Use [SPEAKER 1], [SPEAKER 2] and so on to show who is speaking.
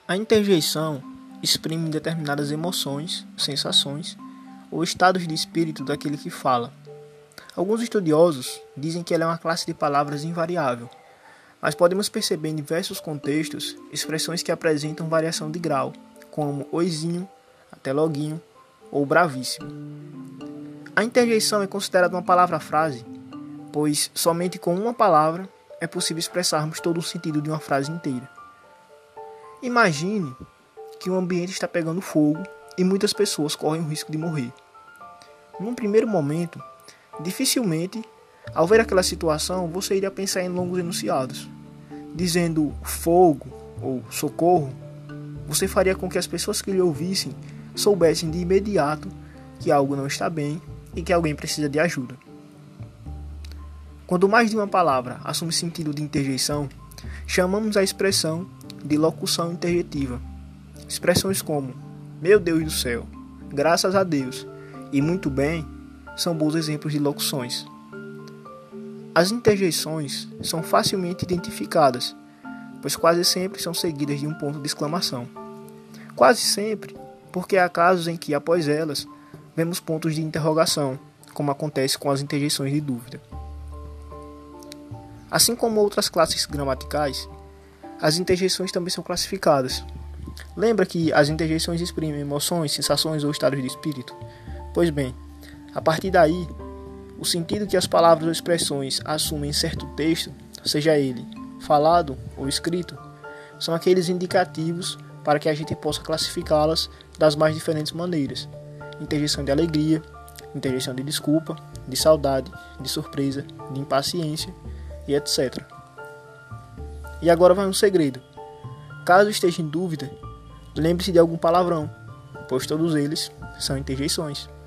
[SPEAKER 1] A interjeição exprime determinadas emoções, sensações ou estados de espírito daquele que fala. Alguns estudiosos dizem que ela é uma classe de palavras invariável, mas podemos perceber em diversos contextos expressões que apresentam variação de grau, como oizinho, até loguinho ou bravíssimo. A interjeição é considerada uma palavra-frase, pois somente com uma palavra é possível expressarmos todo o sentido de uma frase inteira. Imagine que o ambiente está pegando fogo e muitas pessoas correm o risco de morrer. Num primeiro momento, dificilmente, ao ver aquela situação, você iria pensar em longos enunciados. Dizendo fogo ou socorro, você faria com que as pessoas que lhe ouvissem soubessem de imediato que algo não está bem e que alguém precisa de ajuda. Quando mais de uma palavra assume sentido de interjeição, chamamos a expressão de locução interjetiva. Expressões como meu Deus do céu, graças a Deus e muito bem são bons exemplos de locuções. As interjeições são facilmente identificadas, pois quase sempre são seguidas de um ponto de exclamação. Quase sempre, porque há casos em que, após elas, vemos pontos de interrogação, como acontece com as interjeições de dúvida. Assim como outras classes gramaticais, as interjeições também são classificadas. Lembra que as interjeições exprimem emoções, sensações ou estados de espírito? Pois bem, a partir daí, o sentido que as palavras ou expressões assumem em certo texto, seja ele falado ou escrito, são aqueles indicativos para que a gente possa classificá-las das mais diferentes maneiras. Interjeição de alegria, interjeição de desculpa, de saudade, de surpresa, de impaciência e etc. E agora vai um segredo. Caso esteja em dúvida, lembre-se de algum palavrão, pois todos eles são interjeições.